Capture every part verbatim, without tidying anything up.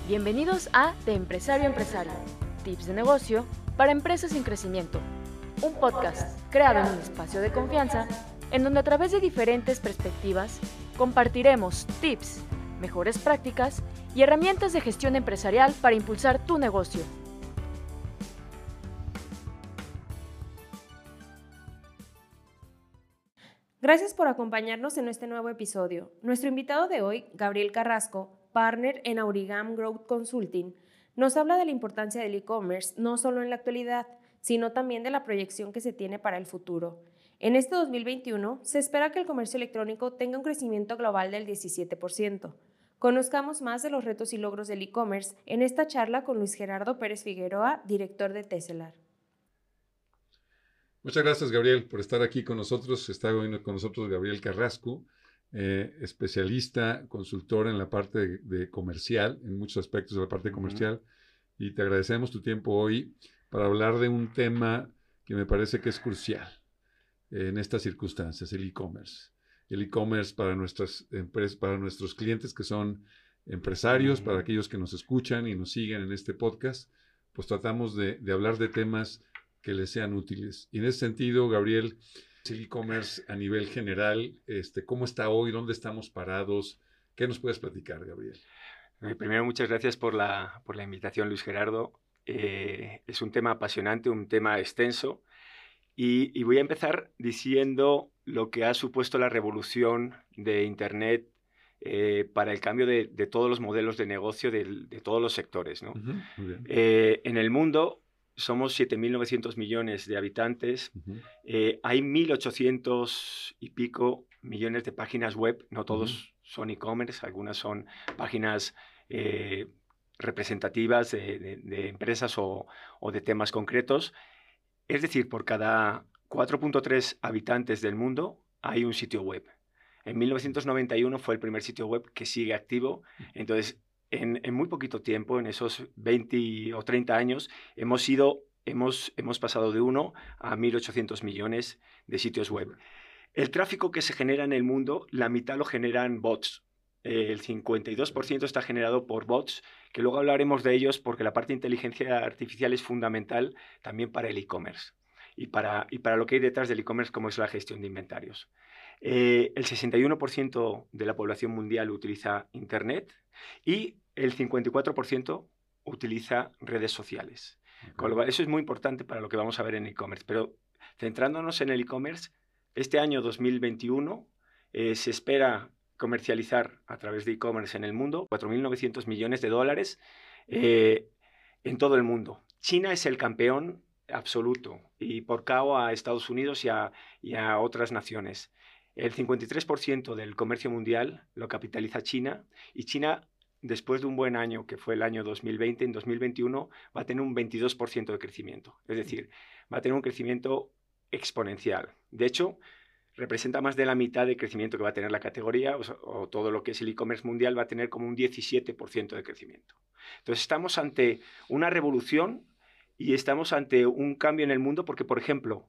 Bienvenidos a De Empresario a Empresario, tips de negocio para empresas en crecimiento. Un podcast creado en un espacio de confianza en donde a través de diferentes perspectivas compartiremos tips, mejores prácticas y herramientas de gestión empresarial para impulsar tu negocio. Gracias por acompañarnos en este nuevo episodio. Nuestro invitado de hoy, Gabriel Carrasco, partner en Aurigam Growth Consulting, nos habla de la importancia del e-commerce no solo en la actualidad, sino también de la proyección que se tiene para el futuro. En este dos mil veintiuno se espera que el comercio electrónico tenga un crecimiento global del diecisiete por ciento. Conozcamos más de los retos y logros del e-commerce en esta charla con Luis Gerardo Pérez Figueroa, director de Tesselar. Muchas gracias, Gabriel, por estar aquí con nosotros. Está hoy con nosotros Gabriel Carrasco, eh, especialista, consultor en la parte de, de comercial, en muchos aspectos de la parte comercial. Uh-huh. Y te agradecemos tu tiempo hoy para hablar de un tema que me parece que es crucial eh, en estas circunstancias, el e-commerce. El e-commerce para nuestras empresas, para nuestros clientes que son empresarios, uh-huh. para aquellos que nos escuchan y nos siguen en este podcast, pues tratamos de, de hablar de temas que les sean útiles. Y en ese sentido, Gabriel, el e-commerce a nivel general, este, ¿cómo está hoy? ¿Dónde estamos parados? ¿Qué nos puedes platicar, Gabriel? Eh, primero, muchas gracias por la, por la invitación, Luis Gerardo. Eh, es un tema apasionante, un tema extenso. Y, y voy a empezar diciendo lo que ha supuesto la revolución de Internet eh, para el cambio de, de todos los modelos de negocio de, de todos los sectores, ¿no? Uh-huh. Muy bien. Eh, en el mundo somos siete mil novecientos millones de habitantes, uh-huh. eh, hay mil ochocientos y pico millones de páginas web, no todos uh-huh. son e-commerce, algunas son páginas eh, representativas de, de, de empresas o, o de temas concretos. Es decir, por cada cuatro punto tres habitantes del mundo hay un sitio web. En mil novecientos noventa y uno fue el primer sitio web que sigue activo, entonces En, en muy poquito tiempo, en esos veinte o treinta años, hemos, ido, hemos, hemos pasado de uno a mil ochocientos millones de sitios web. El tráfico que se genera en el mundo, la mitad lo generan bots. Eh, el cincuenta y dos por ciento está generado por bots, que luego hablaremos de ellos porque la parte de inteligencia artificial es fundamental también para el e-commerce y para, y para lo que hay detrás del e-commerce, como es la gestión de inventarios. Eh, el sesenta y uno por ciento de la población mundial utiliza Internet y el cincuenta y cuatro por ciento utiliza redes sociales. Okay. Con lo cual, eso es muy importante para lo que vamos a ver en e-commerce. Pero centrándonos en el e-commerce, este año dos mil veintiuno eh, se espera comercializar a través de e-commerce en el mundo cuatro mil novecientos millones de dólares eh, en todo el mundo. China es el campeón absoluto y por K O a Estados Unidos y a, y a otras naciones. El cincuenta y tres por ciento del comercio mundial lo capitaliza China y China, después de un buen año, que fue el año dos mil veinte, en dos mil veintiuno va a tener un veintidós por ciento de crecimiento. Es decir, va a tener un crecimiento exponencial. De hecho, representa más de la mitad del crecimiento que va a tener la categoría, o, o todo lo que es el e-commerce mundial va a tener como un diecisiete por ciento de crecimiento. Entonces, estamos ante una revolución y estamos ante un cambio en el mundo porque, por ejemplo,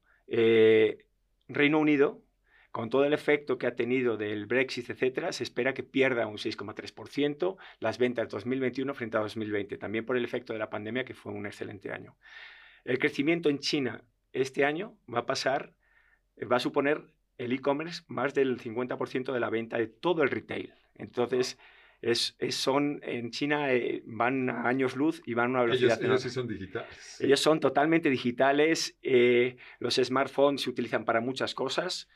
eh, Reino Unido, con todo el efecto que ha tenido del Brexit, etcétera, se espera que pierda un seis coma tres por ciento las ventas dos mil veintiuno frente a dos mil veinte, también por el efecto de la pandemia, que fue un excelente año. El crecimiento en China este año va a pasar, va a suponer el e-commerce más del cincuenta por ciento de la venta de todo el retail. Entonces, es, es, son, en China eh, van a años luz y van a una velocidad. Ellos, ellos sí son digitales. Ellos son totalmente digitales. Eh, los smartphones se utilizan para muchas cosas.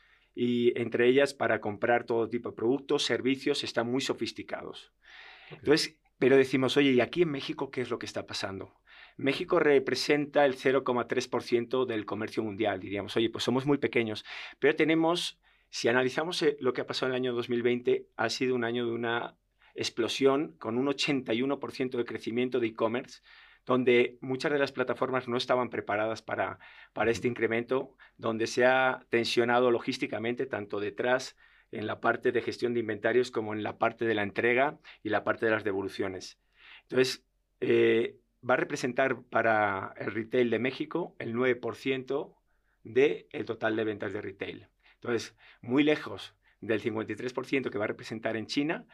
Y entre ellas para comprar todo tipo de productos, servicios, están muy sofisticados. Okay. Entonces, pero decimos, oye, ¿y aquí en México qué es lo que está pasando? México representa el cero coma tres por ciento del comercio mundial, diríamos, oye, pues somos muy pequeños, pero tenemos, si analizamos lo que ha pasado en el año dos mil veinte, ha sido un año de una explosión con un ochenta y uno por ciento de crecimiento de e-commerce, donde muchas de las plataformas no estaban preparadas para, para este incremento, donde se ha tensionado logísticamente, tanto detrás en la parte de gestión de inventarios como en la parte de la entrega y la parte de las devoluciones. Entonces, eh, va a representar para el retail de México el nueve por ciento del total de ventas de retail. Entonces, muy lejos del cincuenta y tres por ciento que va a representar en China,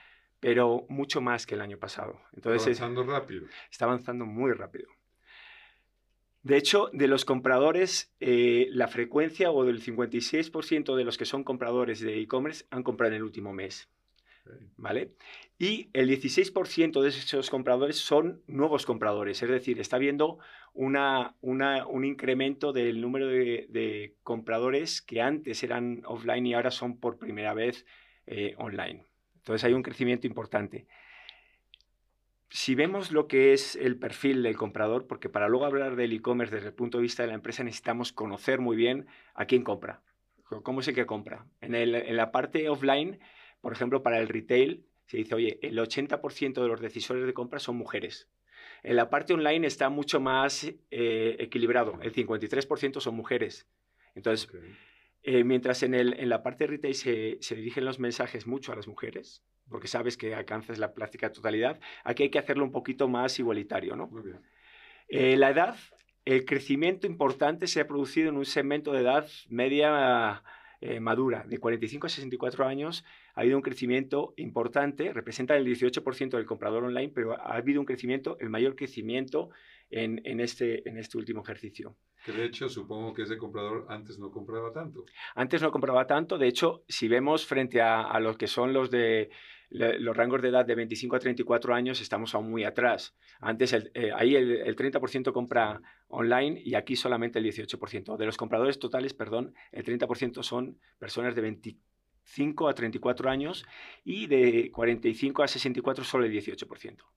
pero mucho más que el año pasado. Entonces, está avanzando rápido. Está avanzando muy rápido. De hecho, de los compradores, eh, la frecuencia o del cincuenta y seis por ciento de los que son compradores de e-commerce han comprado en el último mes. ¿Vale? Y el dieciséis por ciento de esos compradores son nuevos compradores, es decir, está habiendo una, una, un incremento del número de, de compradores que antes eran offline y ahora son por primera vez eh, online. Entonces hay un crecimiento importante. Si vemos lo que es el perfil del comprador, porque para luego hablar del e-commerce desde el punto de vista de la empresa necesitamos conocer muy bien a quién compra, cómo es el que compra. En, el, en la parte offline, por ejemplo, para el retail, se dice, oye, el ochenta por ciento de los decisores de compra son mujeres. En la parte online está mucho más eh, equilibrado, el cincuenta y tres por ciento son mujeres. Entonces, okay. eh, mientras en, el, en la parte retail se, se dirigen los mensajes mucho a las mujeres, porque sabes que alcanzas la práctica totalidad, aquí hay que hacerlo un poquito más igualitario, ¿no? Muy bien. Eh, la edad, el crecimiento importante se ha producido en un segmento de edad media eh, madura, de cuarenta y cinco a sesenta y cuatro años. Ha habido un crecimiento importante, representa el dieciocho por ciento del comprador online, pero ha habido un crecimiento, el mayor crecimiento en, en, este, en este último ejercicio. Que de hecho supongo que ese comprador antes no compraba tanto. Antes no compraba tanto, de hecho, si vemos frente a, a los que son los de le, los rangos de edad de veinticinco a treinta y cuatro años, estamos aún muy atrás. Antes el, eh, ahí el, el treinta por ciento compra online y aquí solamente el dieciocho por ciento. De los compradores totales, perdón, el treinta por ciento son personas de veinticinco a treinta y cuatro años y de cuarenta y cinco a sesenta y cuatro solo el dieciocho por ciento.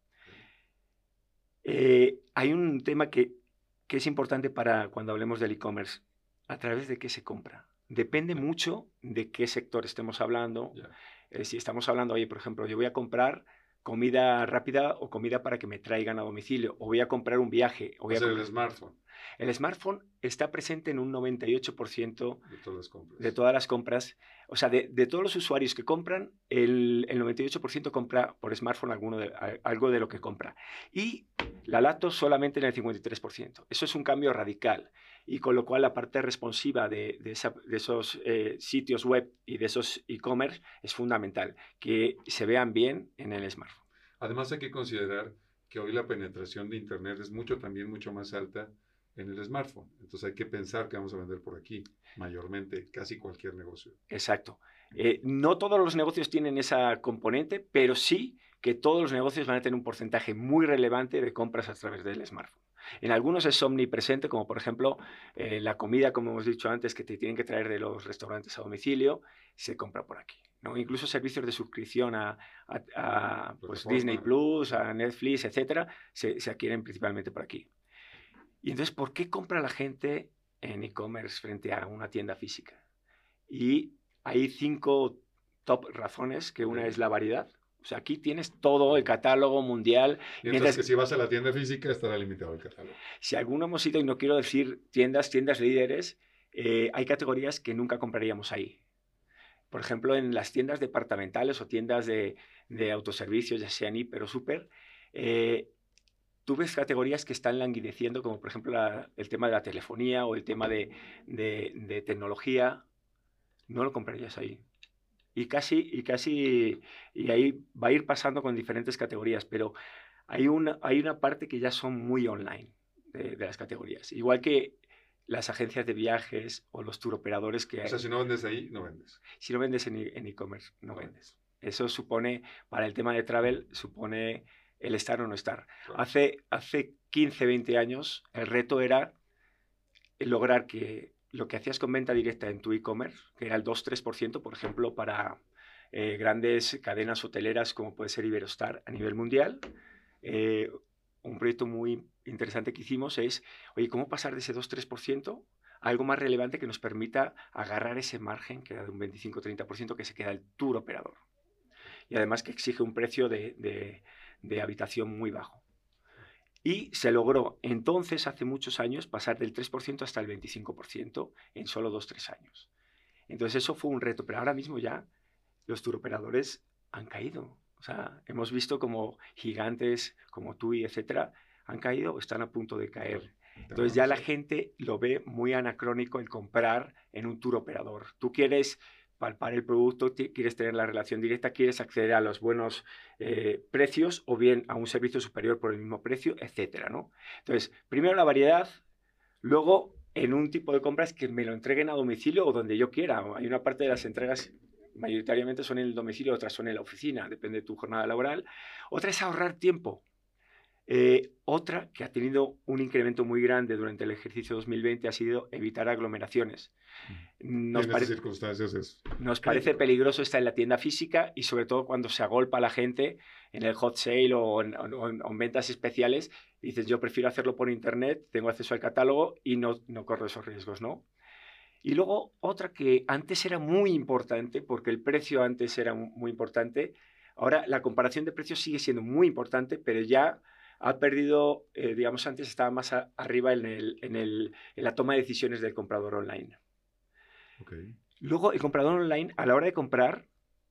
Eh, hay un tema que, que es importante para cuando hablemos del e-commerce. ¿A través de qué se compra? Depende mucho de qué sector estemos hablando. Yeah. Eh, si estamos hablando, oye, por ejemplo, yo voy a comprar comida rápida o comida para que me traigan a domicilio, o voy a comprar un viaje. O voy o sea, a comprar... el smartphone. El smartphone está presente en un noventa y ocho por ciento de todas las compras. De todas las compras. O sea, de, de todos los usuarios que compran, el, el noventa y ocho por ciento compra por smartphone alguno de, algo de lo que compra. Y la lacto solamente en el cincuenta y tres por ciento. Eso es un cambio radical. Y con lo cual la parte responsiva de, de, esa, de esos eh, sitios web y de esos e-commerce es fundamental, que se vean bien en el smartphone. Además hay que considerar que hoy la penetración de Internet es mucho, también mucho más alta en el smartphone. Entonces hay que pensar que vamos a vender por aquí, mayormente, casi cualquier negocio. Exacto. Eh, no todos los negocios tienen esa componente, pero sí que todos los negocios van a tener un porcentaje muy relevante de compras a través del smartphone. En algunos es omnipresente, como por ejemplo eh, la comida, como hemos dicho antes, que te tienen que traer de los restaurantes a domicilio, se compra por aquí, ¿no? Incluso servicios de suscripción a, a, a pues, Disney Plus, a Netflix, etcétera, se, se adquieren principalmente por aquí. Y entonces, ¿por qué compra la gente en e-commerce frente a una tienda física? Y hay cinco top razones, que una es la variedad. O sea, aquí tienes todo el catálogo mundial. Y entonces que si vas a la tienda física estará limitado el catálogo. Si alguno hemos ido, y no quiero decir tiendas, tiendas líderes, eh, hay categorías que nunca compraríamos ahí. Por ejemplo, en las tiendas departamentales o tiendas de, de autoservicios, ya sean hiper o super, eh, tú ves categorías que están languideciendo, como por ejemplo la, el tema de la telefonía o el tema de, de, de tecnología. No lo comprarías ahí. Y casi, y casi, y ahí va a ir pasando con diferentes categorías, pero hay una, hay una parte que ya son muy online de, de las categorías. Igual que las agencias de viajes o los touroperadores que... O sea, si no vendes ahí, no vendes. Si no vendes en e-commerce, no vendes. Eso supone, para el tema de travel, supone el estar o no estar. Claro. Hace, hace quince, veinte años, el reto era lograr que lo que hacías con venta directa en tu e-commerce, que era el dos a tres por ciento, por ejemplo, para eh, grandes cadenas hoteleras como puede ser Iberostar a nivel mundial. Eh, un proyecto muy interesante que hicimos es, oye, ¿cómo pasar de ese dos a tres por ciento a algo más relevante que nos permita agarrar ese margen, que era de un veinticinco a treinta por ciento, que se queda el tour operador? Y además que exige un precio de, de, de habitación muy bajo. Y se logró entonces, hace muchos años, pasar del tres por ciento hasta el veinticinco por ciento en solo dos a tres años. Entonces eso fue un reto, pero ahora mismo ya los turoperadores han caído. O sea, hemos visto como gigantes como TUI, etcétera, han caído o están a punto de caer. Entonces ya la gente lo ve muy anacrónico el comprar en un turoperador. Tú quieres palpar el producto, quieres tener la relación directa, quieres acceder a los buenos eh, precios o bien a un servicio superior por el mismo precio, etcétera, ¿no? Entonces, primero la variedad, luego en un tipo de compras que me lo entreguen a domicilio o donde yo quiera. Hay una parte de las entregas mayoritariamente son en el domicilio, otras son en la oficina, depende de tu jornada laboral. Otra es ahorrar tiempo. Eh, otra que ha tenido un incremento muy grande durante el ejercicio dos mil veinte ha sido evitar aglomeraciones. Nos, en pare esas circunstancias es nos parece peligroso estar en la tienda física y sobre todo cuando se agolpa la gente en el hot sale o en, o en, o en ventas especiales. Dices, yo prefiero hacerlo por internet, tengo acceso al catálogo y no, no corro esos riesgos, ¿no? Y luego otra que antes era muy importante, porque el precio antes era muy importante, ahora la comparación de precios sigue siendo muy importante, pero ya ha perdido, eh, digamos, antes estaba más a, arriba en, el, en, el, en la toma de decisiones del comprador online. Okay. Luego, el comprador online, a la hora de comprar,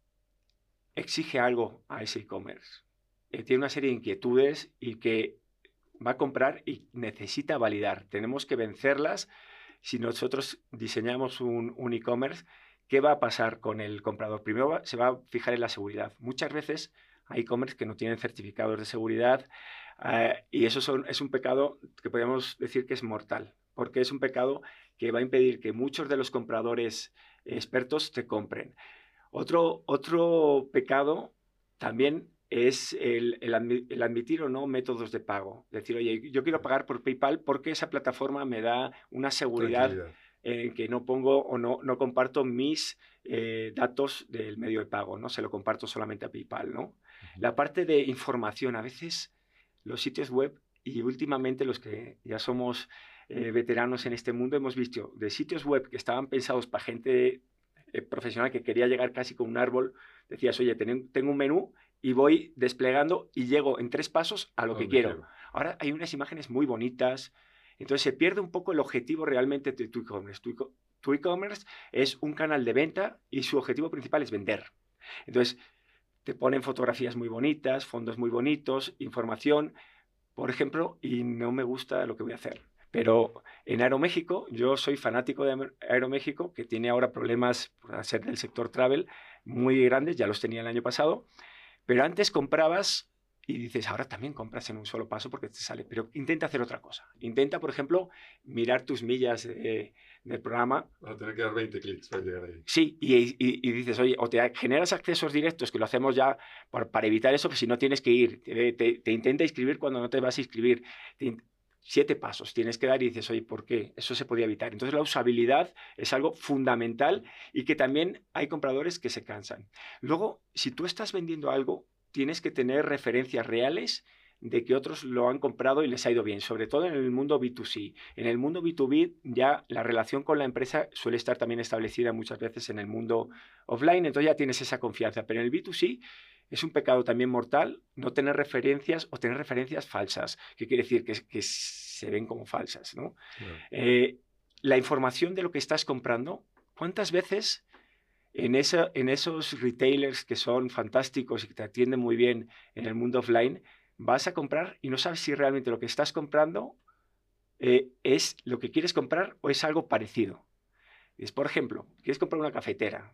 exige algo a ese e-commerce. Eh, tiene una serie de inquietudes y que va a comprar y necesita validar. Tenemos que vencerlas. Si nosotros diseñamos un, un e-commerce, ¿qué va a pasar con el comprador? Primero va, se va a fijar en la seguridad. Muchas veces hay e-commerce que no tienen certificados de seguridad uh, y eso son, es un pecado que podríamos decir que es mortal, porque es un pecado que va a impedir que muchos de los compradores expertos te compren. Otro, otro pecado también es el, el, admi el admitir o no métodos de pago. Decir, oye, yo quiero pagar por PayPal porque esa plataforma me da una seguridad en que no pongo o no, no comparto mis eh, datos del medio de pago, ¿no? Se lo comparto solamente a PayPal, ¿no? Uh-huh. La parte de información, a veces los sitios web y últimamente los que ya somos eh, veteranos en este mundo hemos visto de sitios web que estaban pensados para gente eh, profesional que quería llegar casi con un árbol, decías, oye, ten, tengo un menú y voy desplegando y llego en tres pasos a lo oh, que quiero. quiero. Ahora hay unas imágenes muy bonitas, entonces se pierde un poco el objetivo realmente de tu e-commerce. Tu e-commerce es un canal de venta y su objetivo principal es vender. Entonces te ponen fotografías muy bonitas, fondos muy bonitos, información, por ejemplo, y no me gusta lo que voy a hacer. Pero en Aeroméxico, yo soy fanático de Aeroméxico, que tiene ahora problemas por ser del sector travel muy grandes, ya los tenía el año pasado, pero antes comprabas y dices, ahora también compras en un solo paso porque te sale, pero intenta hacer otra cosa. Intenta, por ejemplo, mirar tus millas eh, del programa. Vas a tener que dar veinte clics para llegar ahí. Sí, y, y, y dices, oye, o te generas accesos directos, que lo hacemos ya por, para evitar eso, pues si no tienes que ir, te, te, te intenta inscribir cuando no te vas a inscribir. Te, siete pasos tienes que dar y dices, oye, ¿por qué? Eso se podía evitar. Entonces la usabilidad es algo fundamental y que también hay compradores que se cansan. Luego, si tú estás vendiendo algo, tienes que tener referencias reales de que otros lo han comprado y les ha ido bien, sobre todo en el mundo B dos C. En el mundo B dos B ya la relación con la empresa suele estar también establecida muchas veces en el mundo offline, entonces ya tienes esa confianza, pero en el B dos C es un pecado también mortal no tener referencias o tener referencias falsas, que quiere decir que, que se ven como falsas, ¿no? Claro. Eh, la información de lo que estás comprando, ¿cuántas veces en, esa, en esos retailers que son fantásticos y que te atienden muy bien en el mundo offline, vas a comprar y no sabes si realmente lo que estás comprando eh, es lo que quieres comprar o es algo parecido? Es, por ejemplo, quieres comprar una cafetera,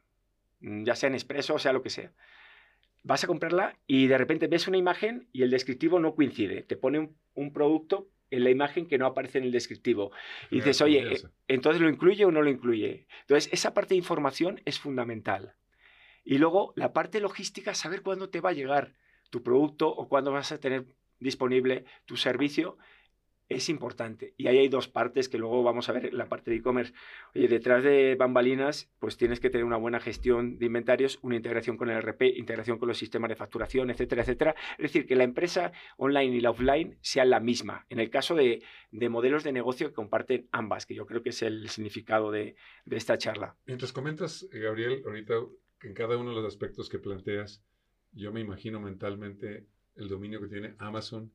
ya sea en expreso o sea lo que sea. Vas a comprarla y de repente ves una imagen y el descriptivo no coincide. Te pone un, un producto en la imagen que no aparece en el descriptivo. Y dices, oye, ¿entonces lo incluye o no lo incluye? Entonces, esa parte de información es fundamental. Y luego, la parte logística, saber cuándo te va a llegar tu producto o cuándo vas a tener disponible tu servicio, es importante. Y ahí hay dos partes que luego vamos a ver en la parte de e-commerce. Oye, detrás de bambalinas, pues tienes que tener una buena gestión de inventarios, una integración con el R P, integración con los sistemas de facturación, etcétera, etcétera. Es decir, que la empresa online y la offline sean la misma. En el caso de, de modelos de negocio que comparten ambas, que yo creo que es el significado de, de esta charla. Mientras comentas, Gabriel, ahorita que en cada uno de los aspectos que planteas, yo me imagino mentalmente el dominio que tiene Amazon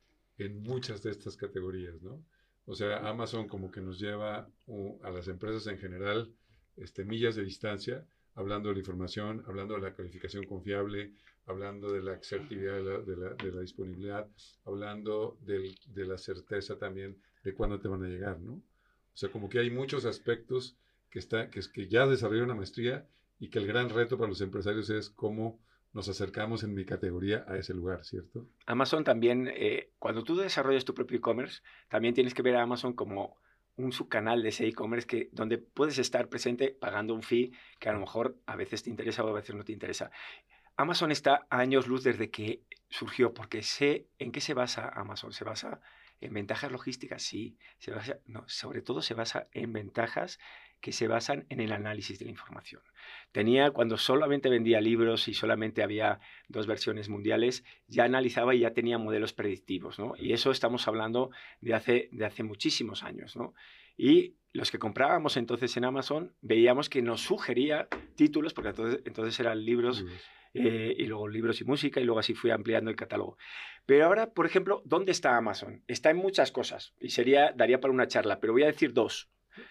en muchas de estas categorías, ¿no? O sea, Amazon como que nos lleva uh, a las empresas en general este, millas de distancia, hablando de la información, hablando de la calificación confiable, hablando de la asertividad de la, de la, de la disponibilidad, hablando del, de la certeza también de cuándo te van a llegar, ¿no? O sea, como que hay muchos aspectos que, está, que, que ya desarrollaron una maestría y que el gran reto para los empresarios es cómo nos acercamos en mi categoría a ese lugar, ¿cierto? Amazon también, eh, cuando tú desarrollas tu propio e-commerce, también tienes que ver a Amazon como un subcanal de ese e-commerce que, donde puedes estar presente pagando un fee que a lo mejor a veces te interesa o a veces no te interesa. Amazon está a años luz desde que surgió, porque sé en qué se basa Amazon. Se basa en ventajas logísticas, sí. Se basa, no, sobre todo se basa en ventajas que se basan en el análisis de la información. Tenía, cuando solamente vendía libros y solamente había dos versiones mundiales, ya analizaba y ya tenía modelos predictivos, ¿no? Y eso estamos hablando de hace, de hace muchísimos años, ¿no? Y los que comprábamos entonces en Amazon veíamos que nos sugería títulos, porque entonces, entonces eran libros... Libros. Eh, y luego libros y música, y luego así fui ampliando el catálogo. Pero ahora, por ejemplo, ¿dónde está Amazon? Está en muchas cosas, y sería, daría para una charla, pero voy a decir dos.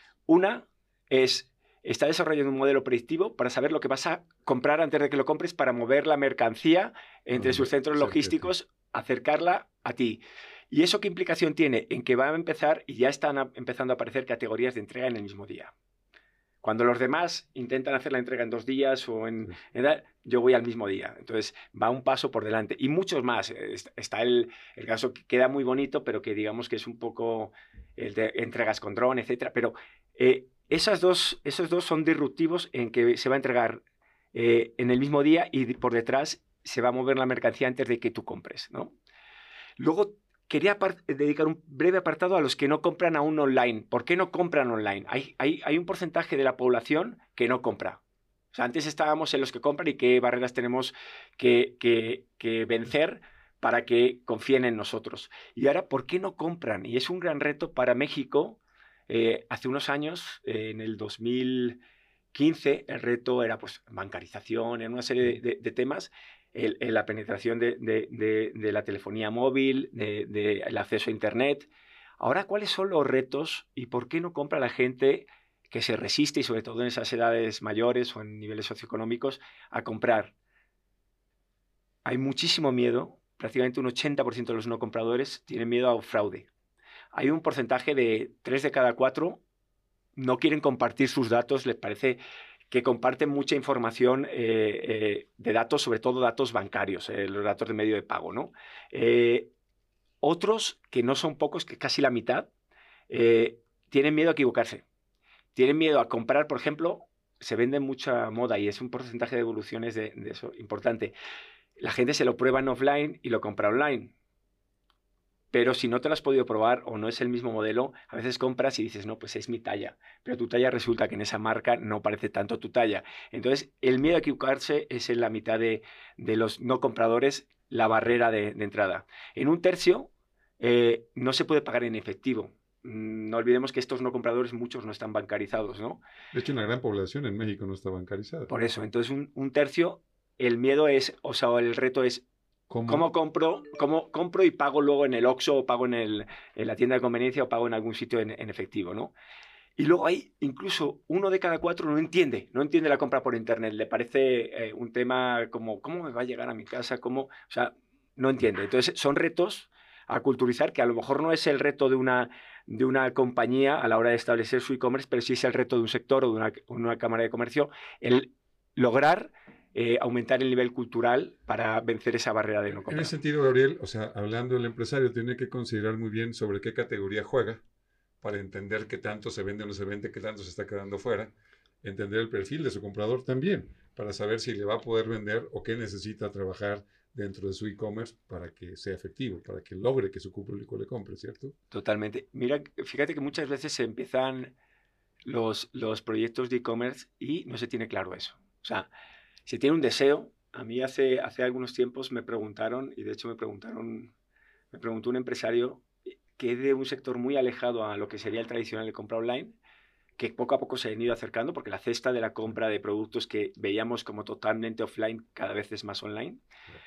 Una es, está desarrollando un modelo predictivo para saber lo que vas a comprar antes de que lo compres, para mover la mercancía entre Ah, sus centros cerca, logísticos, sí. acercarla a ti. ¿Y eso qué implicación tiene? En que va a empezar, y ya están a, empezando a aparecer categorías de entrega en el mismo día. Cuando los demás intentan hacer la entrega en dos días o en, Sí. en yo voy al mismo día. Entonces va un paso por delante. Y muchos más. Está el, el caso que queda muy bonito, pero que digamos que es un poco el de entregas con dron, etcétera. Pero eh, esas dos, esos dos son disruptivos en que se va a entregar eh, en el mismo día y por detrás se va a mover la mercancía antes de que tú compres, ¿no? Luego quería dedicar un breve apartado a los que no compran aún online. ¿Por qué no compran online? Hay, hay, hay un porcentaje de la población que no compra. O sea, antes estábamos en los que compran y qué barreras tenemos que, que, que vencer para que confíen en nosotros. Y ahora, ¿por qué no compran? Y es un gran reto para México. Eh, hace unos años, eh, en el dos mil quince, el reto era pues, bancarización, en una serie de, de, de temas. El, el, la penetración de, de, de, de la telefonía móvil, del de, de acceso a Internet. Ahora, ¿cuáles son los retos y por qué no compra la gente que se resiste, y sobre todo en esas edades mayores o en niveles socioeconómicos, a comprar? Hay muchísimo miedo, prácticamente un ochenta por ciento de los no compradores tienen miedo a fraude. Hay un porcentaje de tres de cada cuatro no quieren compartir sus datos, les parece que comparten mucha información eh, eh, de datos, sobre todo datos bancarios, eh, los datos de medio de pago, ¿no? Eh, otros, que no son pocos, que casi la mitad, eh, tienen miedo a equivocarse. Tienen miedo a comprar, por ejemplo, se vende mucha moda y es un porcentaje de evoluciones de, de eso importante. La gente se lo prueba en offline y lo compra online. Pero si no te lo has podido probar o no es el mismo modelo, a veces compras y dices, no, pues es mi talla. Pero tu talla resulta que en esa marca no parece tanto tu talla. Entonces, el miedo a equivocarse es en la mitad de, de los no compradores la barrera de, de entrada. En un tercio, eh, no se puede pagar en efectivo. No olvidemos que estos no compradores, muchos no están bancarizados, ¿no? De hecho, una gran población en México no está bancarizada. Por eso, entonces un, un tercio, el miedo es, o sea, el reto es, ¿Cómo? ¿Cómo compro, cómo compro y pago luego en el Oxxo o pago en, el, en la tienda de conveniencia o pago en algún sitio en, en efectivo, ¿no? Y luego hay incluso uno de cada cuatro no entiende, no entiende la compra por Internet. Le parece eh, un tema como, ¿cómo me va a llegar a mi casa? ¿Cómo? O sea, no entiende. Entonces, son retos a culturizar que a lo mejor no es el reto de una, de una compañía a la hora de establecer su e-commerce, pero sí es el reto de un sector o de una, una cámara de comercio, el lograr... Eh, aumentar el nivel cultural para vencer esa barrera de no comprar. En ese sentido, Gabriel, o sea, hablando del empresario, tiene que considerar muy bien sobre qué categoría juega para entender qué tanto se vende o no se vende, qué tanto se está quedando fuera, entender el perfil de su comprador también, para saber si le va a poder vender o qué necesita trabajar dentro de su e-commerce para que sea efectivo, para que logre que su público le compre, ¿cierto? Totalmente. Mira, fíjate que muchas veces se empiezan los, los proyectos de e-commerce y no se tiene claro eso. O sea, se tiene un deseo. A mí hace, hace algunos tiempos me preguntaron, y de hecho me preguntaron, me preguntó un empresario que es de un sector muy alejado a lo que sería el tradicional de compra online, que poco a poco se han ido acercando, porque la cesta de la compra de productos que veíamos como totalmente offline cada vez es más online.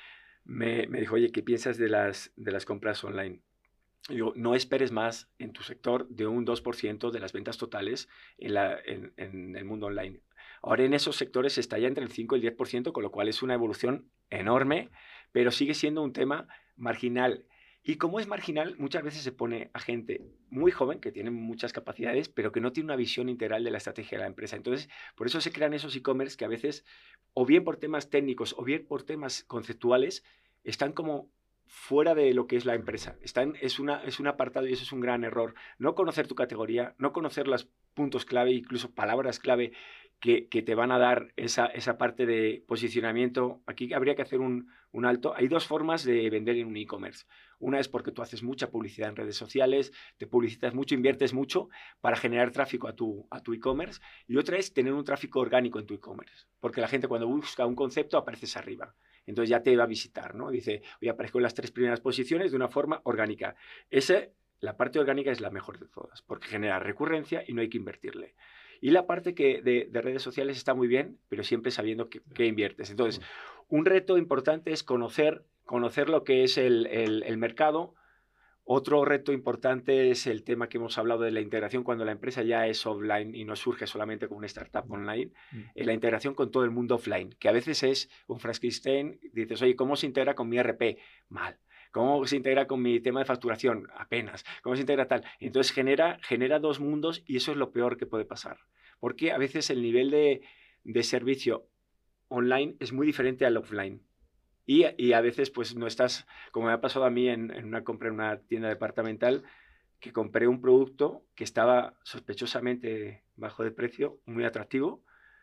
Me, me dijo, oye, ¿qué piensas de las, de las compras online? Y digo, no esperes más en tu sector de un dos por ciento de las ventas totales en, la, en, en el mundo online. Ahora en esos sectores está ya entre el cinco y el diez por ciento, con lo cual es una evolución enorme, pero sigue siendo un tema marginal. Y como es marginal, muchas veces se pone a gente muy joven, que tiene muchas capacidades, pero que no tiene una visión integral de la estrategia de la empresa. Entonces, por eso se crean esos e-commerce que a veces, o bien por temas técnicos, o bien por temas conceptuales, están como fuera de lo que es la empresa. Están, es, una, es un apartado y eso es un gran error. No conocer tu categoría, no conocer los puntos clave, incluso palabras clave que, que te van a dar esa, esa parte de posicionamiento. Aquí habría que hacer un, un alto. Hay dos formas de vender en un e-commerce. Una es porque tú haces mucha publicidad en redes sociales, te publicitas mucho, inviertes mucho para generar tráfico a tu, a tu e-commerce. Y otra es tener un tráfico orgánico en tu e-commerce. Porque la gente cuando busca un concepto apareces arriba. Entonces ya te va a visitar, ¿no? Dice, oye, aparezco en las tres primeras posiciones de una forma orgánica. Ese, la parte orgánica es la mejor de todas, porque genera recurrencia y no hay que invertirle. Y la parte que de, de redes sociales está muy bien, pero siempre sabiendo que, que inviertes. Entonces, un reto importante es conocer, conocer lo que es el, el, el mercado. Otro reto importante es el tema que hemos hablado de la integración cuando la empresa ya es offline y no surge solamente como una startup online, eh, la integración con todo el mundo offline, que a veces es un Frankenstein, dices, oye, ¿cómo se integra con mi E R P? Mal. ¿Cómo se integra con mi tema de facturación? Apenas. ¿Cómo se integra tal? Entonces genera, genera dos mundos y eso es lo peor que puede pasar. Porque a veces el nivel de, de servicio online es muy diferente al offline. Y, y a veces pues no estás, como me ha pasado a mí en, en una compra en una tienda departamental, que compré un producto que estaba sospechosamente bajo de precio, muy atractivo,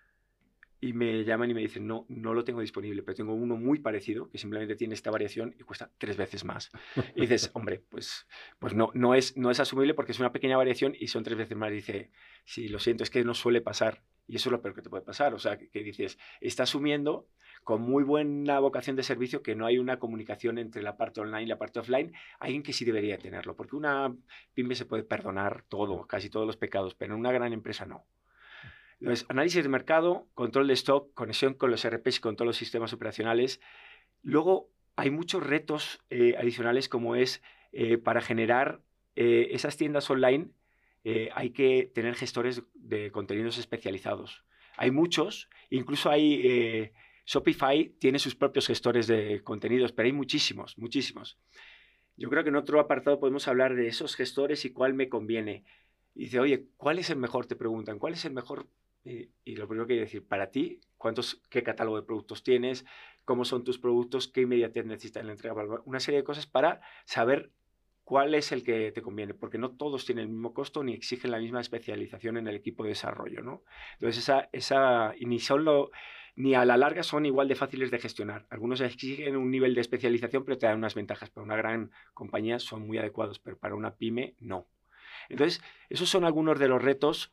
y me llaman y me dicen, no, no lo tengo disponible, pero tengo uno muy parecido que simplemente tiene esta variación y cuesta tres veces más. Y dices, hombre, pues, pues no, no, es, no es asumible porque es una pequeña variación y son tres veces más. Y dice, sí, lo siento, es que no suele pasar. Y eso es lo peor que te puede pasar. O sea, que, que dices, está asumiendo con muy buena vocación de servicio que no hay una comunicación entre la parte online y la parte offline. Alguien que sí debería tenerlo, porque una pyme se puede perdonar todo, casi todos los pecados, pero en una gran empresa no. Entonces, análisis de mercado, control de stock, conexión con los E R Pes y con todos los sistemas operacionales. Luego, hay muchos retos eh, adicionales como es eh, para generar eh, esas tiendas online, eh, hay que tener gestores de contenidos especializados. Hay muchos, incluso hay... Eh, Shopify tiene sus propios gestores de contenidos, pero hay muchísimos, muchísimos. Yo creo que en otro apartado podemos hablar de esos gestores y cuál me conviene. Y dice, oye, ¿cuál es el mejor? Te preguntan, ¿cuál es el mejor? Y, y lo primero que hay que decir, para ti, ¿cuántos, qué catálogo de productos tienes? ¿Cómo son tus productos? ¿Qué inmediatez necesitas en la entrega? Una serie de cosas para saber cuál es el que te conviene, porque no todos tienen el mismo costo ni exigen la misma especialización en el equipo de desarrollo, ¿no? Entonces, esa, esa ni solo, ni a la larga son igual de fáciles de gestionar. Algunos exigen un nivel de especialización, pero te dan unas ventajas. Para una gran compañía son muy adecuados, pero para una pyme, no. Entonces, esos son algunos de los retos.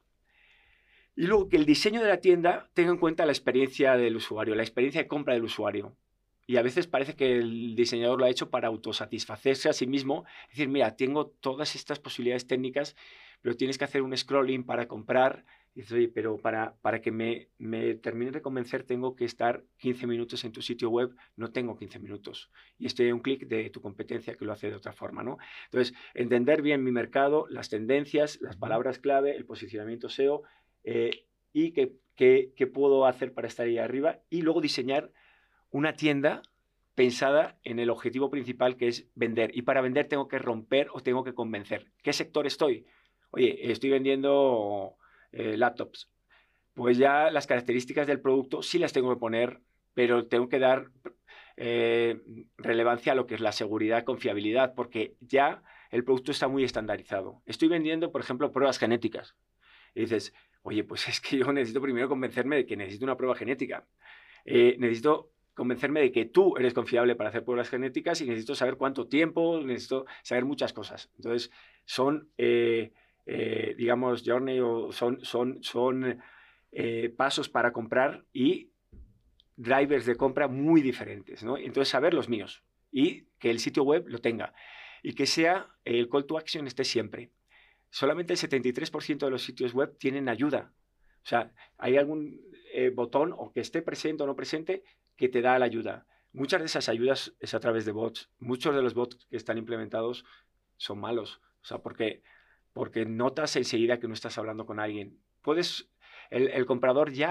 Y luego que el diseño de la tienda tenga en cuenta la experiencia del usuario, la experiencia de compra del usuario. Y a veces parece que el diseñador lo ha hecho para autosatisfacerse a sí mismo. Es decir, mira, tengo todas estas posibilidades técnicas, pero tienes que hacer un scrolling para comprar. Y dices, oye, pero para, para que me, me termine de convencer tengo que estar quince minutos en tu sitio web. No tengo quince minutos. Y estoy a un clic de tu competencia que lo hace de otra forma, ¿no? Entonces, entender bien mi mercado, las tendencias, las palabras clave, el posicionamiento S E O eh, y qué, qué, qué puedo hacer para estar ahí arriba. Y luego diseñar una tienda pensada en el objetivo principal que es vender. Y para vender tengo que romper o tengo que convencer. ¿Qué sector estoy? Oye, estoy vendiendo eh, laptops. Pues ya las características del producto sí las tengo que poner, pero tengo que dar eh, relevancia a lo que es la seguridad, confiabilidad, porque ya el producto está muy estandarizado. Estoy vendiendo, por ejemplo, pruebas genéticas. Y dices, oye, pues es que yo necesito primero convencerme de que necesito una prueba genética. Eh, necesito convencerme de que tú eres confiable para hacer pruebas genéticas y necesito saber cuánto tiempo, necesito saber muchas cosas. Entonces, son, eh, eh, digamos, journey o son, son, son eh, pasos para comprar y drivers de compra muy diferentes, ¿no? Entonces, saber los míos y que el sitio web lo tenga y que sea el call to action esté siempre. Solamente el setenta y tres por ciento de los sitios web tienen ayuda. O sea, hay algún eh, botón o que esté presente o no presente que te da la ayuda. Muchas de esas ayudas es a través de bots. Muchos de los bots que están implementados son malos. O sea, porque, porque notas enseguida que no estás hablando con alguien. Puedes, el, el comprador ya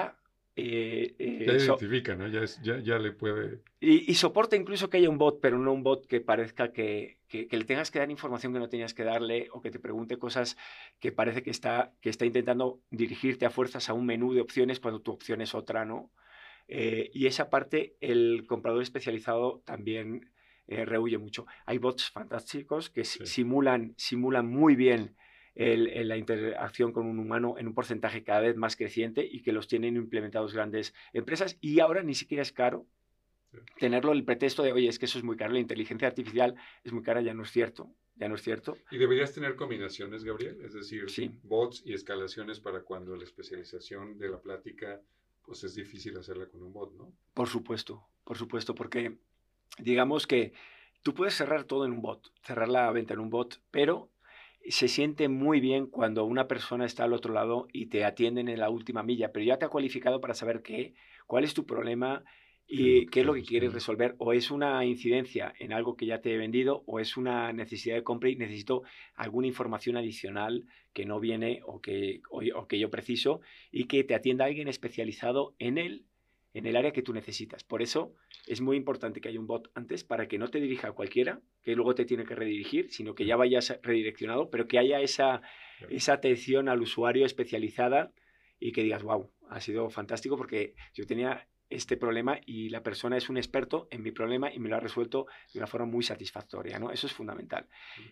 Eh, eh, Ya so- identifica, ¿no? Ya, es, ya, ya le puede... y, y soporta incluso que haya un bot, pero no un bot que parezca que, que, que le tengas que dar información que no tenías que darle o que te pregunte cosas que parece que está, que está intentando dirigirte a fuerzas a un menú de opciones cuando tu opción es otra, ¿no? Eh, y esa parte el comprador especializado también eh, rehuye mucho. Hay bots fantásticos que Sí. simulan, simulan muy bien el, el, la interacción con un humano en un porcentaje cada vez más creciente y que los tienen implementados grandes empresas y ahora ni siquiera es caro. Sí. Tenerlo el pretexto de, oye, es que eso es muy caro, la inteligencia artificial es muy cara, ya no es cierto. Ya no es cierto. ¿Y deberías tener combinaciones, Gabriel? Es decir, sí. bots y escalaciones para cuando la especialización de la plática, pues es difícil hacerla con un bot, ¿no? Por supuesto, por supuesto, porque digamos que tú puedes cerrar todo en un bot, cerrar la venta en un bot, pero se siente muy bien cuando una persona está al otro lado y te atienden en la última milla, pero ya te ha cualificado para saber qué, cuál es tu problema y qué es lo que quieres resolver. O es una incidencia en algo que ya te he vendido o es una necesidad de compra y necesito alguna información adicional que no viene o que, o, o que yo preciso y que te atienda alguien especializado en él, en el área que tú necesitas. Por eso es muy importante que haya un bot antes para que no te dirija a cualquiera, que luego te tiene que redirigir, sino que ya vayas redireccionado, pero que haya esa, esa atención al usuario especializada y que digas, wow, ha sido fantástico porque yo tenía este problema y la persona es un experto en mi problema y me lo ha resuelto de una forma muy satisfactoria, ¿no? Eso es fundamental.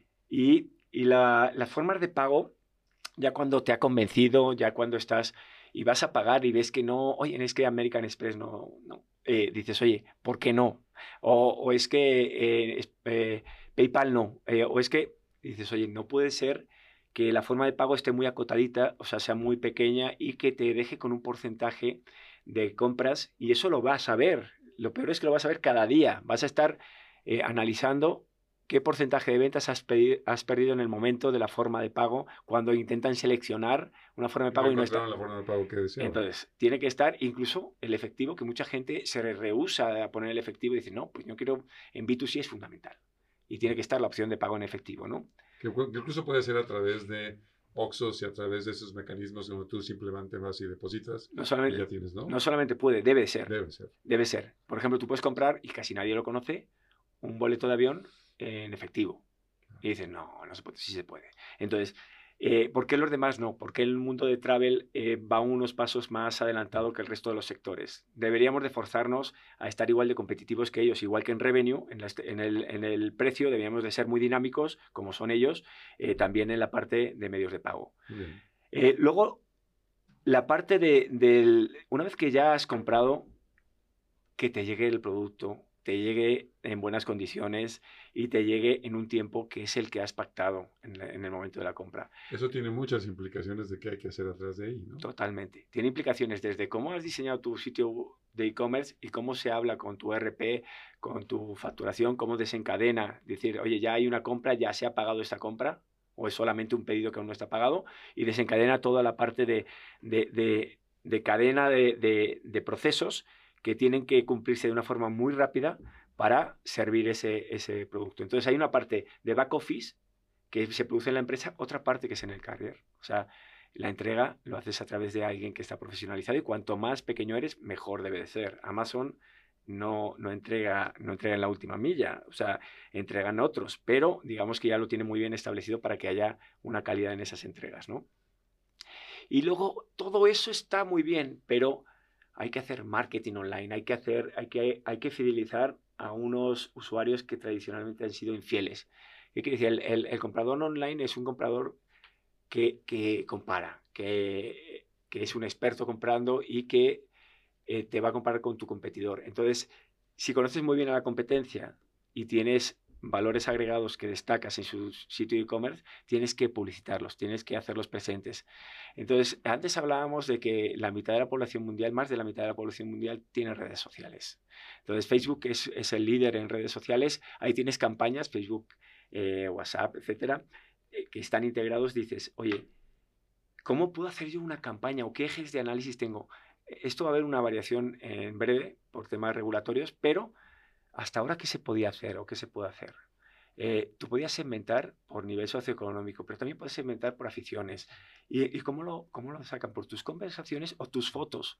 Y, y la, las formas de pago, ya cuando te ha convencido, ya cuando estás y vas a pagar y ves que no, oye, es que American Express no, no. Eh, dices, oye, ¿por qué no? O, o es que eh, eh, PayPal no, eh, o es que dices, oye, no puede ser que la forma de pago esté muy acotadita, o sea, sea muy pequeña y que te deje con un porcentaje de compras y eso lo vas a ver. Lo peor es que lo vas a ver cada día. Vas a estar eh, analizando qué porcentaje de ventas has, has perdido en el momento de la forma de pago cuando intentan seleccionar una forma de pago no y no está. La forma de pago que deseaban. Entonces, tiene que estar incluso el efectivo, que mucha gente se rehúsa a poner el efectivo y dice, no, pues yo quiero, en B dos C es fundamental. Y tiene que estar la opción de pago en efectivo, ¿no? Que, que incluso puede ser a través de Oxxos y a través de esos mecanismos donde tú simplemente vas y depositas no solamente, y ya tienes, ¿no? No solamente puede, debe ser. Debe ser. Debe ser. Por ejemplo, tú puedes comprar, y casi nadie lo conoce, un boleto de avión en efectivo. Y dicen, no, no se puede, sí se puede. Entonces, eh, ¿por qué los demás no? ¿Por qué el mundo de travel eh, va unos pasos más adelantado que el resto de los sectores? Deberíamos de forzarnos a estar igual de competitivos que ellos, igual que en revenue, en, la, en, el, en el precio, deberíamos de ser muy dinámicos, como son ellos, eh, también en la parte de medios de pago. Eh, luego, la parte de, del, una vez que ya has comprado, que te llegue el producto, te llegue en buenas condiciones y te llegue en un tiempo que es el que has pactado en, la, en el momento de la compra. Eso tiene muchas implicaciones de qué hay que hacer atrás de ahí, ¿no? Totalmente. Tiene implicaciones desde cómo has diseñado tu sitio de e-commerce y cómo se habla con tu E R P, con tu facturación, cómo desencadena. Decir, oye, ya hay una compra, ya se ha pagado esta compra, o es solamente un pedido que aún no está pagado, y desencadena toda la parte de, de, de, de cadena de, de, de procesos que tienen que cumplirse de una forma muy rápida para servir ese, ese producto. Entonces hay una parte de back office que se produce en la empresa, otra parte que es en el carrier. O sea, la entrega lo haces a través de alguien que está profesionalizado y cuanto más pequeño eres, mejor debe de ser. Amazon no, no, entrega, no entrega en la última milla, o sea, entregan otros, pero digamos que ya lo tiene muy bien establecido para que haya una calidad en esas entregas, ¿no? Y luego todo eso está muy bien, pero hay que hacer marketing online, hay que, hacer, hay que, hay que fidelizar a unos usuarios que tradicionalmente han sido infieles. ¿Qué quiere decir? El, el, el comprador online es un comprador que, que compara, que, que es un experto comprando y que eh, te va a comparar con tu competidor. Entonces, si conoces muy bien a la competencia y tienes valores agregados que destacas en su sitio de e-commerce, tienes que publicitarlos, tienes que hacerlos presentes. Entonces, antes hablábamos de que la mitad de la población mundial, más de la mitad de la población mundial, tiene redes sociales. Entonces, Facebook es, es el líder en redes sociales. Ahí tienes campañas, Facebook, eh, WhatsApp, etcétera, eh, que están integrados. Dices, oye, ¿cómo puedo hacer yo una campaña o qué ejes de análisis tengo? Esto va a haber una variación en breve por temas regulatorios, pero hasta ahora, ¿qué se podía hacer o qué se puede hacer? Eh, tú podías segmentar por nivel socioeconómico, pero también puedes segmentar por aficiones. ¿Y, y cómo, lo, cómo lo sacan? Por tus conversaciones o tus fotos.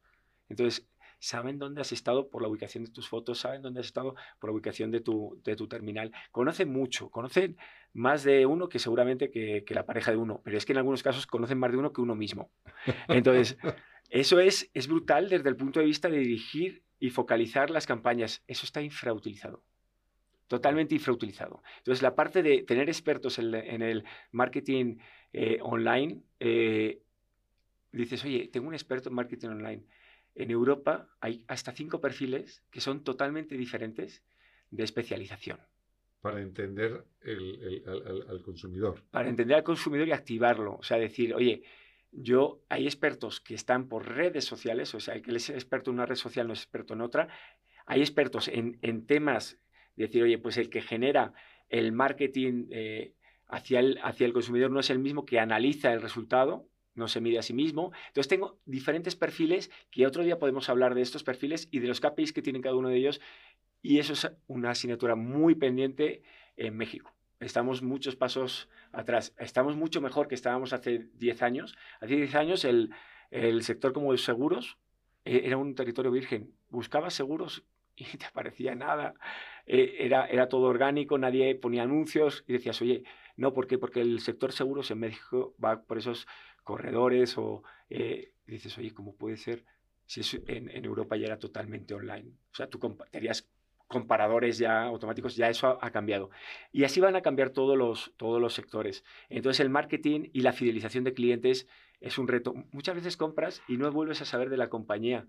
Entonces, saben dónde has estado por la ubicación de tus fotos, saben dónde has estado por la ubicación de tu, de tu terminal. Conocen mucho, conocen más de uno que seguramente que, que la pareja de uno, pero es que en algunos casos conocen más de uno que uno mismo. Entonces, eso es, es brutal desde el punto de vista de dirigir y focalizar las campañas. Eso está infrautilizado. Totalmente infrautilizado. Entonces, la parte de tener expertos en, en el marketing eh, online, eh, dices, oye, tengo un experto en marketing online. En Europa hay hasta cinco perfiles que son totalmente diferentes de especialización. Para entender el, el, al, al consumidor. Para entender al consumidor y activarlo. O sea, decir, oye, yo, hay expertos que están por redes sociales, o sea, el que es experto en una red social no es experto en otra. Hay expertos en, en temas, de decir, oye, pues el que genera el marketing eh, hacia, el, hacia el consumidor no es el mismo que analiza el resultado, no se mide a sí mismo. Entonces tengo diferentes perfiles que otro día podemos hablar de estos perfiles y de los K P Is que tienen cada uno de ellos, y eso es una asignatura muy pendiente en México. Estamos muchos pasos atrás. Estamos mucho mejor que estábamos hace diez años. Hace diez años el, el sector como los seguros eh, era un territorio virgen. Buscabas seguros y te aparecía nada. Eh, era, era todo orgánico, nadie ponía anuncios y decías, oye, no, ¿por qué? Porque el sector seguros en México va por esos corredores o eh, dices, oye, ¿cómo puede ser si es en, en Europa ya era totalmente online? O sea, tú tenías comparadores ya automáticos, ya eso ha, ha cambiado. Y así van a cambiar todos los, todos los sectores. Entonces el marketing y la fidelización de clientes es un reto. Muchas veces compras y no vuelves a saber de la compañía.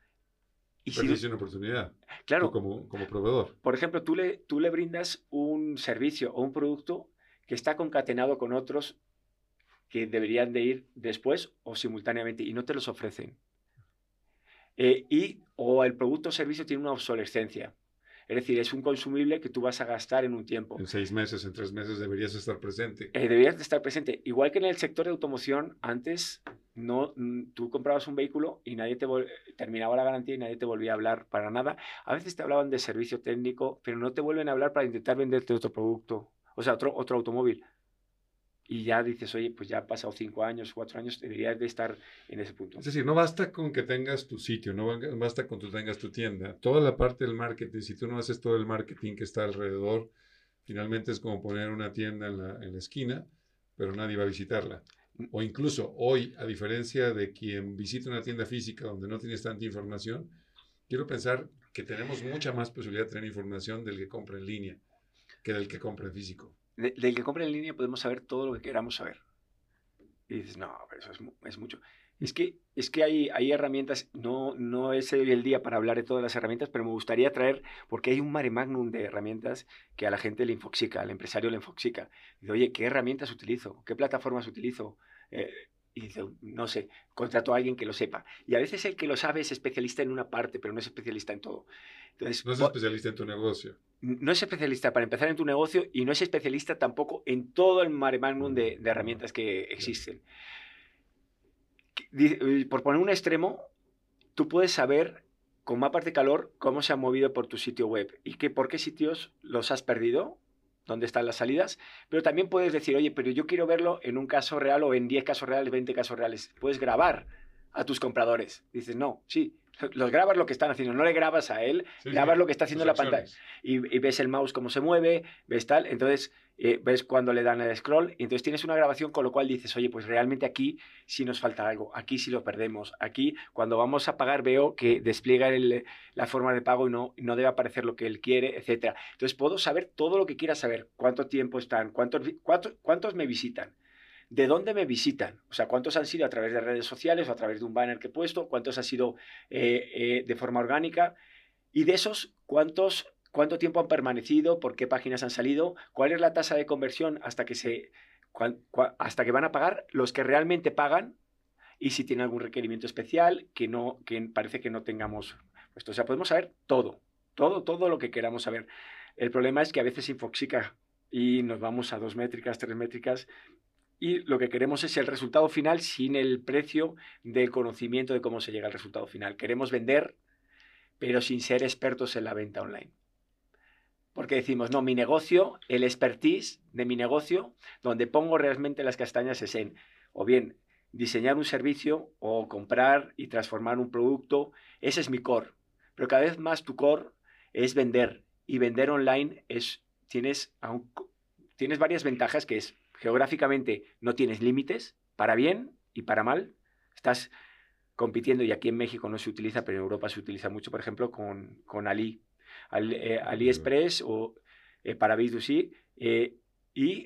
Y si es una oportunidad, claro, tú como, como proveedor. Por ejemplo, tú le, tú le brindas un servicio o un producto que está concatenado con otros que deberían de ir después o simultáneamente y no te los ofrecen. Eh, y o el producto o servicio tiene una obsolescencia. Es decir, es un consumible que tú vas a gastar en un tiempo. En seis meses, en tres meses deberías estar presente. Eh, deberías de estar presente. Igual que en el sector de automoción, antes no, tú comprabas un vehículo y nadie te terminaba la garantía y nadie te volvía a hablar para nada. A veces te hablaban de servicio técnico, pero no te vuelven a hablar para intentar venderte otro producto, o sea, otro, otro automóvil. Y ya dices, oye, pues ya han pasado cinco años, cuatro años, deberías de estar en ese punto. Es decir, no basta con que tengas tu sitio, no basta con que tengas tu tienda. Toda la parte del marketing, si tú no haces todo el marketing que está alrededor, finalmente es como poner una tienda en la, en la esquina, pero nadie va a visitarla. O incluso hoy, a diferencia de quien visita una tienda física donde no tienes tanta información, quiero pensar que tenemos mucha más posibilidad de tener información del que compra en línea que del que compra en físico. De, del que compra en línea podemos saber todo lo que queramos saber. Y dices, no, pero eso es, es mucho. Es que, es que hay, hay herramientas, no, no es hoy el día para hablar de todas las herramientas, pero me gustaría traer, porque hay un mare magnum de herramientas que a la gente le infoxica, al empresario le infoxica. Dice, oye, ¿qué herramientas utilizo? ¿Qué plataformas utilizo? Eh, y dice, no sé, contrato a alguien que lo sepa. Y a veces el que lo sabe es especialista en una parte, pero no es especialista en todo. Entonces, no es especialista en tu negocio. No es especialista para empezar en tu negocio y no es especialista tampoco en todo el mare magnum de, de herramientas que existen. Por poner un extremo, tú puedes saber con mapas de calor cómo se han movido por tu sitio web y que, por qué sitios los has perdido, dónde están las salidas, pero también puedes decir, oye, pero yo quiero verlo en un caso real o en diez casos reales, veinte casos reales. Puedes grabar a tus compradores. Dices, no, sí, los grabas lo que están haciendo, no le grabas a él, sí, grabas sí, lo que está haciendo en la pantalla y, y ves el mouse cómo se mueve, ves tal, entonces eh, ves cuando le dan el scroll y entonces tienes una grabación con lo cual dices, oye, pues realmente aquí sí nos falta algo, aquí sí lo perdemos, aquí cuando vamos a pagar veo que despliega el, la forma de pago y no, no debe aparecer lo que él quiere, etcétera. Entonces puedo saber todo lo que quiera saber, cuánto tiempo están, cuántos, cuántos, cuántos me visitan, ¿de dónde me visitan? O sea, ¿cuántos han sido a través de redes sociales o a través de un banner que he puesto? ¿Cuántos han sido eh, eh, de forma orgánica? Y de esos, ¿cuántos, ¿cuánto tiempo han permanecido? ¿Por qué páginas han salido? ¿Cuál es la tasa de conversión hasta que, se, cuan, cuan, hasta que van a pagar? Los que realmente pagan y si tienen algún requerimiento especial que, no, que parece que no tengamos puesto. O sea, podemos saber todo, todo, todo lo que queramos saber. El problema es que a veces infoxica y nos vamos a dos métricas, tres métricas. Y lo que queremos es el resultado final sin el precio del conocimiento de cómo se llega al resultado final. Queremos vender, pero sin ser expertos en la venta online. Porque decimos, no, mi negocio, el expertise de mi negocio, donde pongo realmente las castañas es en, o bien, diseñar un servicio o comprar y transformar un producto. Ese es mi core. Pero cada vez más tu core es vender. Y vender online es, tienes, aun, tienes varias ventajas, que es geográficamente no tienes límites, para bien y para mal. Estás compitiendo, y aquí en México no se utiliza, pero en Europa se utiliza mucho, por ejemplo, con, con Ali, Ali eh, AliExpress o eh, para B dos C. Eh, y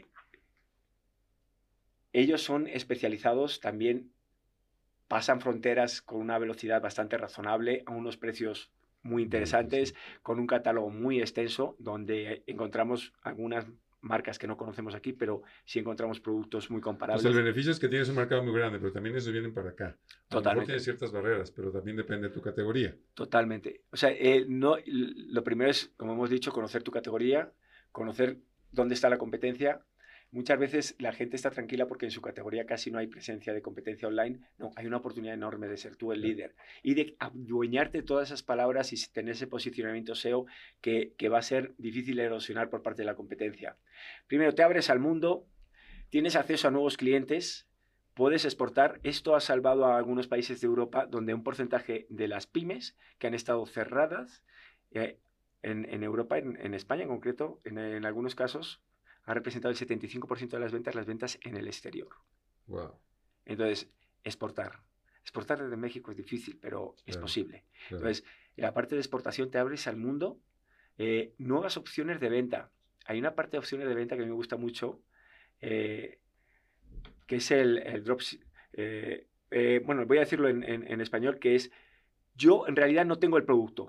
ellos son especializados también, pasan fronteras con una velocidad bastante razonable, a unos precios muy interesantes, con un catálogo muy extenso, donde encontramos algunas marcas que no conocemos aquí, pero sí encontramos productos muy comparables. Pues el beneficio es que tienes un mercado muy grande, pero también esos vienen para acá. A Totalmente. lo mejor tienes ciertas barreras, pero también depende de tu categoría. Totalmente. O sea, eh, no, lo primero es, como hemos dicho, conocer tu categoría, conocer dónde está la competencia. Muchas veces la gente está tranquila porque en su categoría casi no hay presencia de competencia online. No, hay una oportunidad enorme de ser tú el líder y de adueñarte todas esas palabras y tener ese posicionamiento S E O que, que va a ser difícil de erosionar por parte de la competencia. Primero, te abres al mundo, tienes acceso a nuevos clientes, puedes exportar. Esto ha salvado a algunos países de Europa donde un porcentaje de las pymes que han estado cerradas, eh, en, en Europa, en, en España en concreto, en, en algunos casos, ha representado el setenta y cinco por ciento de las ventas, las ventas en el exterior. Wow. Entonces, exportar. Exportar desde México es difícil, pero claro, es posible. Claro. Entonces, en la parte de exportación te abres al mundo, eh, nuevas opciones de venta. Hay una parte de opciones de venta que a mí me gusta mucho, eh, que es el, el dropship. Eh, eh, bueno, voy a decirlo en, en, en español, que es, yo en realidad no tengo el producto.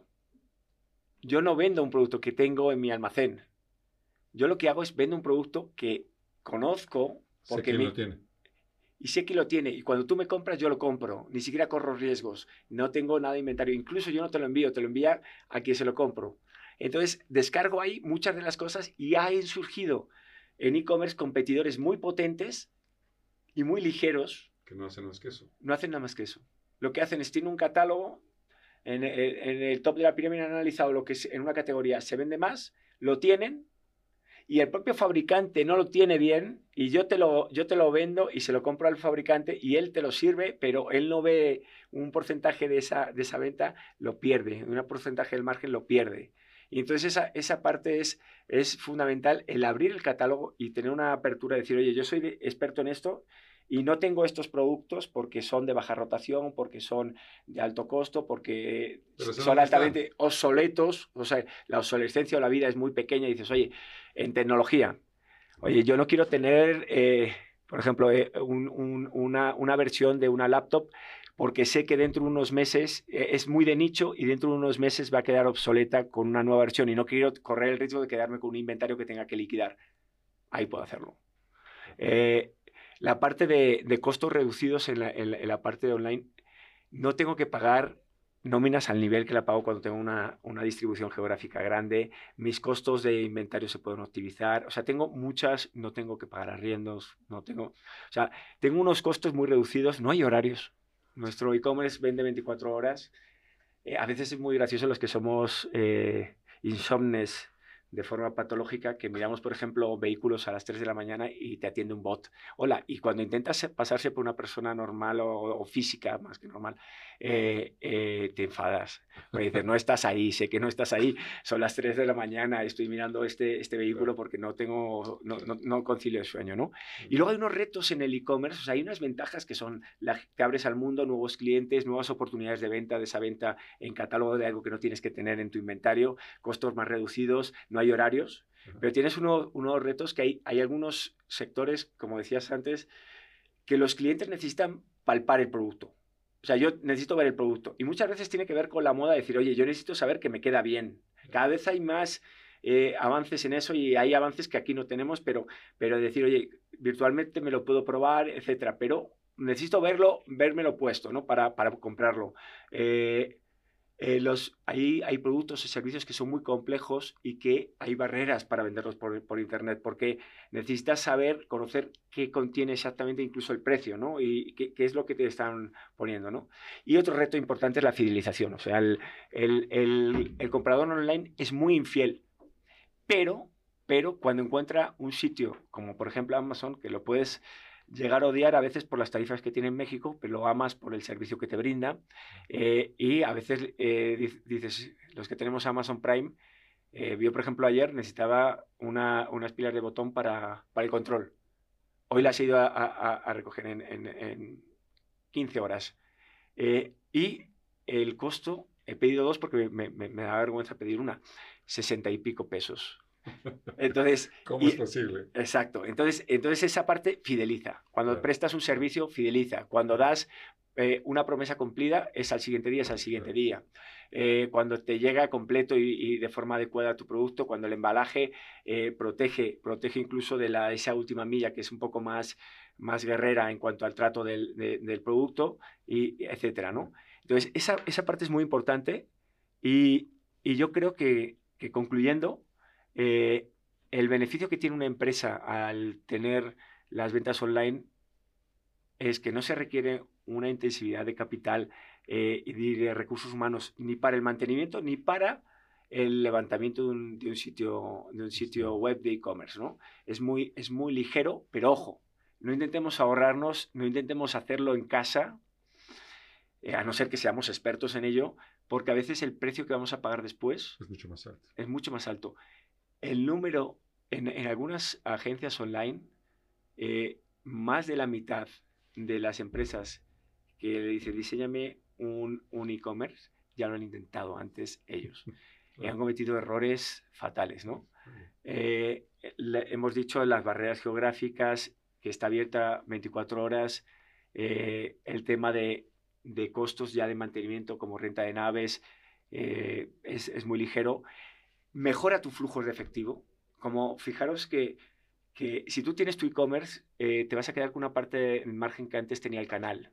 Yo no vendo un producto que tengo en mi almacén. Yo lo que hago es vendo un producto que conozco porque sé quién me, lo tiene. Y sé que lo tiene. Y cuando tú me compras, yo lo compro. Ni siquiera corro riesgos. No tengo nada de inventario. Incluso yo no te lo envío, te lo envía a quien se lo compro. Entonces, descargo ahí muchas de las cosas y han surgido en e-commerce competidores muy potentes y muy ligeros. Que no hacen más que eso. No hacen nada más que eso. Lo que hacen es, tienen un catálogo, en el, en el top de la pirámide han analizado lo que es, en una categoría se vende más, lo tienen, y el propio fabricante no lo tiene bien, y yo te, lo, yo te lo vendo y se lo compro al fabricante y él te lo sirve, pero él no ve un porcentaje de esa, de esa venta, lo pierde, un porcentaje del margen lo pierde. Y entonces esa, esa parte es, es fundamental, el abrir el catálogo y tener una apertura, decir, oye, yo soy de, experto en esto y no tengo estos productos porque son de baja rotación, porque son de alto costo, porque son altamente está. obsoletos, o sea, la obsolescencia o la vida es muy pequeña y dices, oye, en tecnología, oye, yo no quiero tener, eh, por ejemplo, eh, un, un, una, una versión de una laptop porque sé que dentro de unos meses eh, es muy de nicho y dentro de unos meses va a quedar obsoleta con una nueva versión y no quiero correr el riesgo de quedarme con un inventario que tenga que liquidar. Ahí puedo hacerlo. Eh, la parte de, de costos reducidos en la, en, en la parte de online, no tengo que pagar nóminas al nivel que la pago cuando tengo una, una distribución geográfica grande, mis costos de inventario se pueden optimizar, o sea, tengo muchas, no tengo que pagar arriendos, no tengo, o sea, tengo unos costos muy reducidos, no hay horarios. Nuestro e-commerce vende veinticuatro horas. Eh, a veces es muy gracioso los que somos eh, insomnes de forma patológica, que miramos, por ejemplo, vehículos a las tres de la mañana y te atiende un bot. Hola, y cuando intentas pasarse por una persona normal o, o física, más que normal, eh, eh, te enfadas. Porque dices, no estás ahí, sé que no estás ahí, son las tres de la mañana, estoy mirando este, este vehículo porque no tengo, no, no, no concilio el sueño, ¿no? Y luego hay unos retos en el e-commerce, o sea, hay unas ventajas que son, la, te abres al mundo, nuevos clientes, nuevas oportunidades de venta, de esa venta en catálogo de algo que no tienes que tener en tu inventario, costos más reducidos, no hay horarios, pero tienes uno, unos retos que hay, hay algunos sectores, como decías antes, que los clientes necesitan palpar el producto. O sea, yo necesito ver el producto. Y muchas veces tiene que ver con la moda, decir, oye, yo necesito saber que me queda bien. Cada vez hay más eh, avances en eso y hay avances que aquí no tenemos, pero, pero decir, oye, virtualmente me lo puedo probar, etcétera. Pero necesito verlo, vérmelo puesto, ¿no? Para, para comprarlo. Eh, Eh, los, hay, hay productos y servicios que son muy complejos y que hay barreras para venderlos por, por internet porque necesitas saber, conocer qué contiene exactamente incluso el precio, ¿no? Y qué, qué es lo que te están poniendo, ¿no? Y otro reto importante es la fidelización. O sea, el, el, el, el comprador online es muy infiel, pero, pero cuando encuentra un sitio como por ejemplo Amazon, que lo puedes llegar a odiar a veces por las tarifas que tiene en México, pero lo amas por el servicio que te brinda. Eh, y a veces eh, dices, los que tenemos Amazon Prime, eh, yo por ejemplo ayer necesitaba una, unas pilas de botón para, para el control. Hoy las he ido a, a, a recoger en, en, en quince horas. Eh, y el costo, he pedido dos porque me, me, me da vergüenza pedir una, sesenta y pico pesos. Entonces, ¿Cómo y, es posible? Exacto. Entonces, entonces esa parte fideliza. Cuando claro. prestas un servicio, fideliza. Cuando das eh, una promesa cumplida, es al siguiente día, es al siguiente claro. día. Eh, cuando te llega completo y, y de forma adecuada tu producto, cuando el embalaje eh, protege, protege incluso de la, esa última milla que es un poco más, más guerrera en cuanto al trato del, de, del producto, y, etcétera, ¿no? Entonces, esa, esa parte es muy importante y, y yo creo que, que concluyendo, eh, el beneficio que tiene una empresa al tener las ventas online es que no se requiere una intensividad de capital eh, y de recursos humanos ni para el mantenimiento ni para el levantamiento de un, de un sitio, de un sitio web de e-commerce, ¿no? Es muy, es muy ligero, pero ojo, no intentemos ahorrarnos, no intentemos hacerlo en casa, eh, a no ser que seamos expertos en ello, porque a veces el precio que vamos a pagar después es mucho más alto. Es mucho más alto. El número, en, en algunas agencias online, eh, más de la mitad de las empresas que le dicen, diséñame un, un e-commerce, ya lo han intentado antes ellos. Y han cometido errores fatales, ¿no? Eh, le, hemos dicho las barreras geográficas, que está abierta veinticuatro horas, eh, el tema de, de costos ya de mantenimiento como renta de naves, eh, es, es muy ligero. Mejora tu flujo de efectivo. Como fijaros que, que si tú tienes tu e-commerce, eh, te vas a quedar con una parte del margen que antes tenía el canal.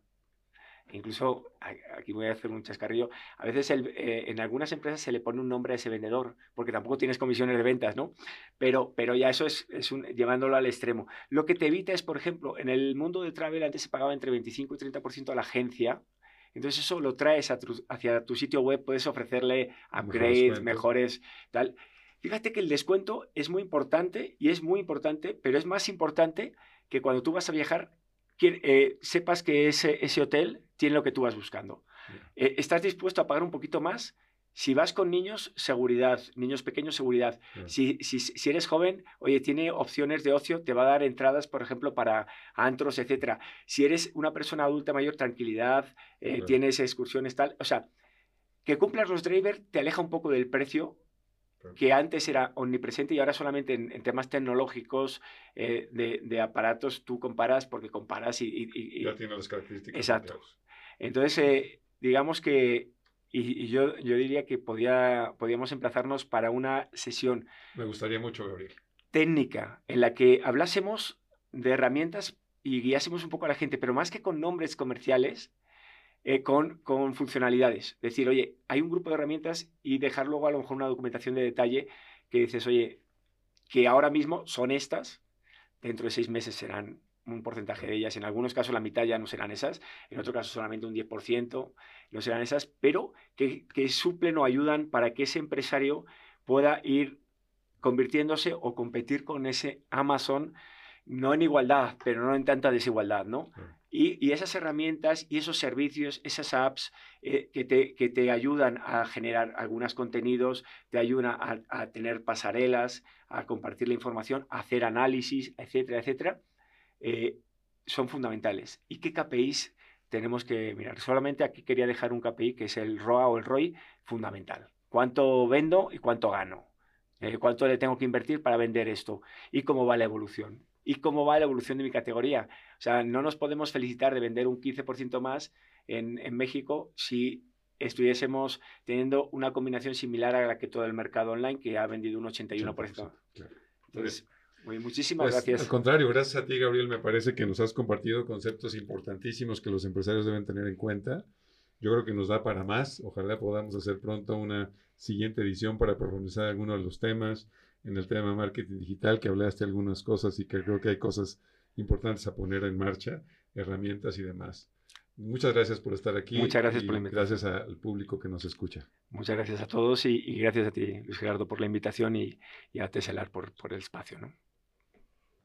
Incluso, aquí voy a hacer un chascarrillo, a veces el, eh, en algunas empresas se le pone un nombre a ese vendedor, porque tampoco tienes comisiones de ventas, ¿no? Pero, pero ya eso es, es un, llevándolo al extremo. Lo que te evita es, por ejemplo, en el mundo del travel antes se pagaba entre veinticinco y treinta por ciento a la agencia. Entonces eso lo traes a tu, hacia tu sitio web, puedes ofrecerle upgrades, mejores, tal. Fíjate que el descuento es muy importante y es muy importante, pero es más importante que cuando tú vas a viajar, que, eh, sepas que ese, ese hotel tiene lo que tú vas buscando. Eh, ¿Estás dispuesto a pagar un poquito más? Si vas con niños, seguridad. Niños pequeños, seguridad. Yeah. Si, si, si eres joven, oye, tiene opciones de ocio, te va a dar entradas, por ejemplo, para antros, etcétera. Si eres una persona adulta mayor, tranquilidad, eh, yeah. tienes excursiones, tal. O sea, que cumplas los drivers te aleja un poco del precio, que antes era omnipresente y ahora solamente en, en temas tecnológicos, eh, de, de aparatos, tú comparas porque comparas y... y, y ya tiene las características. Exacto. Entonces, eh, digamos que, y, y yo, yo diría que podía, podíamos emplazarnos para una sesión... Me gustaría mucho, Gabriel. Técnica, en la que hablásemos de herramientas y guiásemos un poco a la gente, pero más que con nombres comerciales... Eh, con, con funcionalidades. Decir, oye, hay un grupo de herramientas y dejar luego a lo mejor una documentación de detalle que dices, oye, que ahora mismo son estas, dentro de seis meses serán un porcentaje de ellas, en algunos casos la mitad ya no serán esas, en otro caso solamente un diez por ciento no serán esas, pero que, que suplen o ayudan para que ese empresario pueda ir convirtiéndose o competir con ese Amazon, no en igualdad, pero no en tanta desigualdad, ¿no? Y, y esas herramientas y esos servicios, esas apps eh, que, te, que te ayudan a generar algunos contenidos, te ayudan a, a tener pasarelas, a compartir la información, a hacer análisis, etcétera, etcétera, eh, son fundamentales. ¿Y qué K P Is tenemos que mirar? Solamente aquí quería dejar un K P I que es el R O A o el R O I fundamental. ¿Cuánto vendo y cuánto gano? Eh, ¿Cuánto le tengo que invertir para vender esto? ¿Y cómo va la evolución? ¿Y cómo va la evolución de mi categoría? O sea, no nos podemos felicitar de vender un quince por ciento más en, en México si estuviésemos teniendo una combinación similar a la que todo el mercado online, que ha vendido un ochenta y uno por ciento. Claro. Entonces, muy, muchísimas pues, gracias. Al contrario, gracias a ti, Gabriel. Me parece que nos has compartido conceptos importantísimos que los empresarios deben tener en cuenta. Yo creo que nos da para más. Ojalá podamos hacer pronto una siguiente edición para profundizar algunos de los temas. En el tema marketing digital, que hablaste algunas cosas y que creo que hay cosas importantes a poner en marcha, herramientas y demás. Muchas gracias por estar aquí. Muchas gracias por la invitación. Gracias al público que nos escucha. Muchas gracias a todos y, y gracias a ti, Luis Gerardo, por la invitación y, y a Teselar por, por el espacio, ¿no?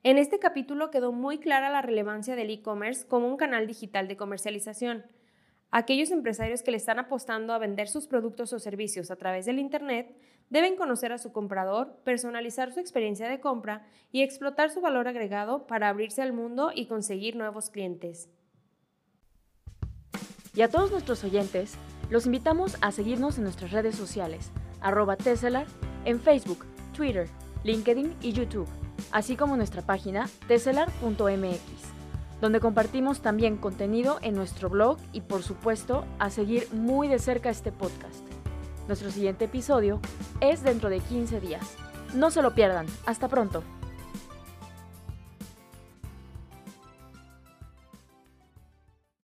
En este capítulo quedó muy clara la relevancia del e-commerce como un canal digital de comercialización. Aquellos empresarios que le están apostando a vender sus productos o servicios a través del Internet deben conocer a su comprador, personalizar su experiencia de compra y explotar su valor agregado para abrirse al mundo y conseguir nuevos clientes. Y a todos nuestros oyentes, los invitamos a seguirnos en nuestras redes sociales, arroba Teselar, en Facebook, Twitter, LinkedIn y YouTube, así como nuestra página teselar punto m x, donde compartimos también contenido en nuestro blog y, por supuesto, a seguir muy de cerca este podcast. Nuestro siguiente episodio es dentro de quince días. No se lo pierdan. Hasta pronto.